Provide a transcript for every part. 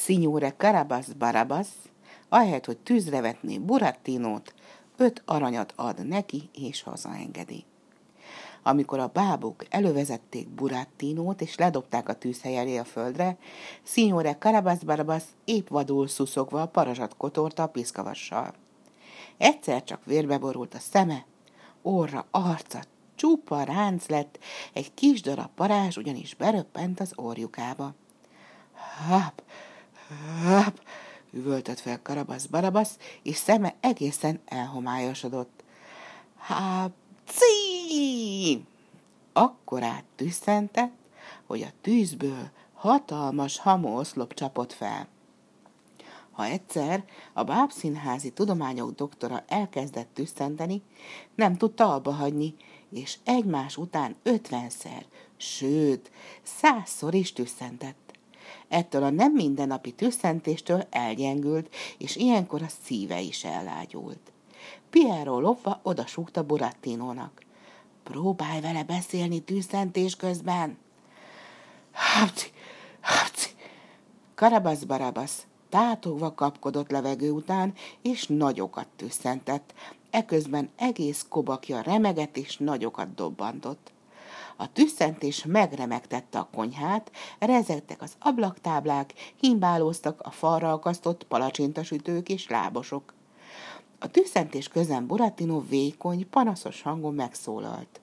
Signore Carabas Barabas, ahelyett, hogy tűzre vetné Burattinót, 5 aranyat ad neki, és hazaengedi. Amikor a bábuk elővezették Burattinót, és ledobták a tűzhely elé a földre, Signore Carabas Barabas épp vadul szuszogva parazsat kotorta a piszkavassal. Egyszer csak vérbe borult a szeme, orra, arca, csupa ránc lett, egy kis darab parázs ugyanis beröppent az orjukába. Háp, háp, üvöltött fel Carabas Barabas, és szeme egészen elhomályosodott. Hápci! Akkorát tüsszentett, hogy a tűzből hatalmas hamooszlop csapott fel. Ha egyszer a bábszínházi tudományok doktora elkezdett tüsszenteni, nem tudta abba hagyni, és egymás után 50-szer, sőt, 100-szor is tüsszentett. Ettől a nem mindennapi tüsszentéstől elgyengült, és ilyenkor a szíve is ellágyult. Piero lopva odasúgta Burattinónak. Próbálj vele beszélni tüsszentés közben. Hapci, hapci. Carabas Barabas tátogva kapkodott levegő után, és nagyokat tüsszentett. Eközben egész kobakja remegett, és nagyokat dobbantott. A tüsszentés megremegtette a konyhát, rezegtek az ablaktáblák, himbálóztak a falra akasztott palacsintasütők és lábosok. A tüsszentés közben Burattino vékony, panaszos hangon megszólalt.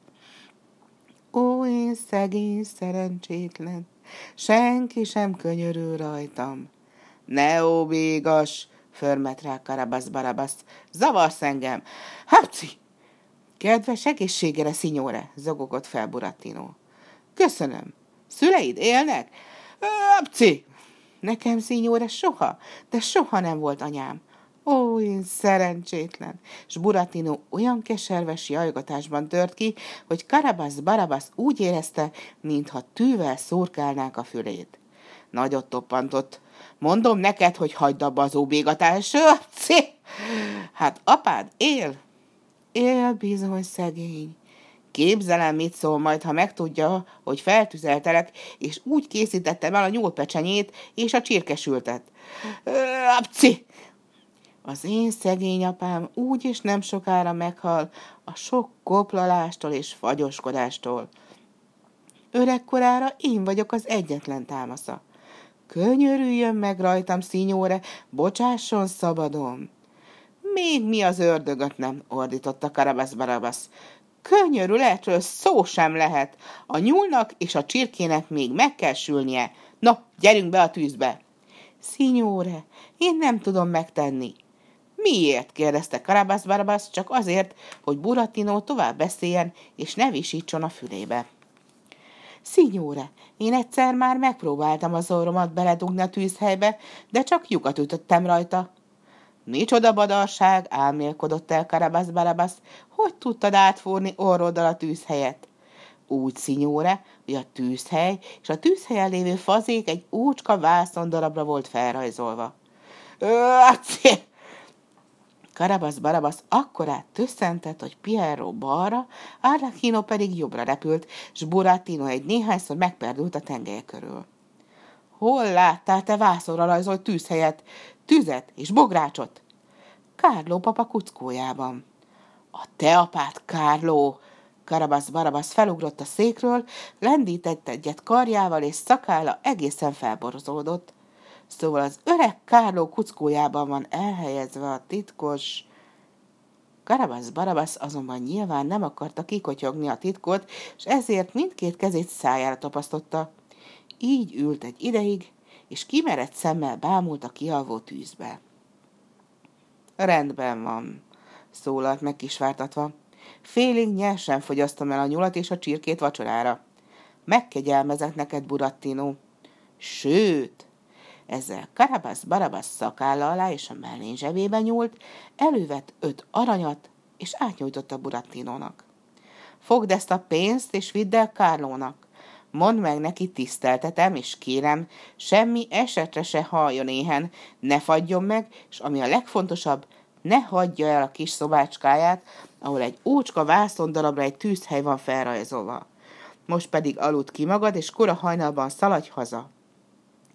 Ó, én szegény, szerencsétlen, senki sem könyörül rajtam. Ne óvégas, förmet rá Carabas Barabas, zavarsz engem. Hapci! Kedves egészségére, signore, zokogott fel Burattino. Köszönöm. Szüleid élnek? Hapci! Nekem, signore, soha, de soha nem volt anyám. Ó, én szerencsétlen! S Burattino olyan keserves jajgatásban tört ki, hogy Carabas Barabas úgy érezte, mintha tűvel szurkálnák a fülét. Nagyot toppantott. Mondom neked, hogy hagyd abba az óbégatást. Hát apád él? Él bizony, szegény. Képzelem, mit szól majd, ha megtudja, hogy feltüzeltelek, és úgy készítettem el a nyúlpecsenyét és a csirkesültet. Apci! Az én szegény apám úgy is nem sokára meghal a sok koplalástól és fagyoskodástól. Öregkorára én vagyok az egyetlen támasza. Könyörüljön meg rajtam, signore, bocsásson szabadon. Még mi az ördögöt nem, ordította Carabas Barabas. Könyörületről szó sem lehet. A nyúlnak és a csirkének még meg kell sülnie. No, gyerünk be a tűzbe. Signore, én nem tudom megtenni. Miért? kérdezte Carabas Barabas, csak azért, hogy Burattino tovább beszéljen, és ne visítson a fülébe. Signore, én egyszer már megpróbáltam az orromat beledugni a tűzhelybe, de csak lyukat ütöttem rajta. Micsoda badarság, álmélkodott el Carabas Barabas, hogy tudtad átfúrni orroddal a tűzhelyet? Úgy, signore, hogy a tűzhely és a tűzhelyen lévő fazék egy úcska vászondarabra volt felrajzolva. Carabas Barabas akkorát tüsszentett, hogy Piero balra, Arlecchino pedig jobbra repült, s Burattino egy néhányszor megperdült a tengelye körül. Hol láttál te vászonra rajzolt tűzhelyet, tüzet és bográcsot? Carlo papa kuckójában. A te apád, Carlo! Carabas Barabas felugrott a székről, lendített egyet karjával, és szakálla egészen felborzódott. Szóval az öreg Carlo kuckójában van elhelyezve a titkos... Carabas Barabas azonban nyilván nem akarta kikotyogni a titkot, és ezért mindkét kezét szájára tapasztotta. Így ült egy ideig, és kimerett szemmel bámult a kialvó tűzbe. Rendben van, szólalt meg kisvártatva. Félig nyersen fogyasztom el a nyulat és a csirkét vacsorára. Megkegyelmezett neked, Burattino. Sőt, ezzel Carabas Barabas szakálla alá és a mellény zsebébe nyúlt, elővett 5 aranyat, és átnyújtotta Burattinónak. Fogd ezt a pénzt, és vidd el Carlónak. Mondd meg neki, tiszteltetem, és kérem, semmi esetre se halljon éhen, ne fagyjon meg, és ami a legfontosabb, ne hagyja el a kis szobácskáját, ahol egy ócska vászondarabra egy tűzhely van felrajzolva. Most pedig aludd ki magad, és kora hajnalban szaladj haza.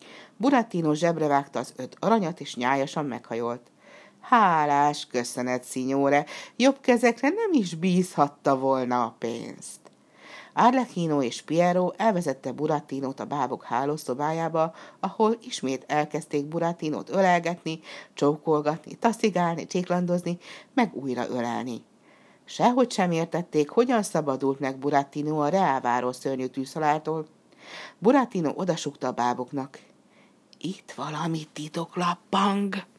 Burattino zsebre vágta az 5 aranyat, és nyájasan meghajolt. Hálás köszönet, szignóre, jobb kezekre nem is bízhatta volna a pénzt. Arlecchino és Piero elvezette Burattinót a bábok hálószobájába, ahol ismét elkezdték Burattinót ölelgetni, csókolgatni, taszigálni, csiklandozni, meg újra ölelni. Sehogy sem értették, hogyan szabadult meg Burattino a reálváros szörnyű tűzhaláltól. Burattino odasúgta a báboknak. Itt valami titok lappang.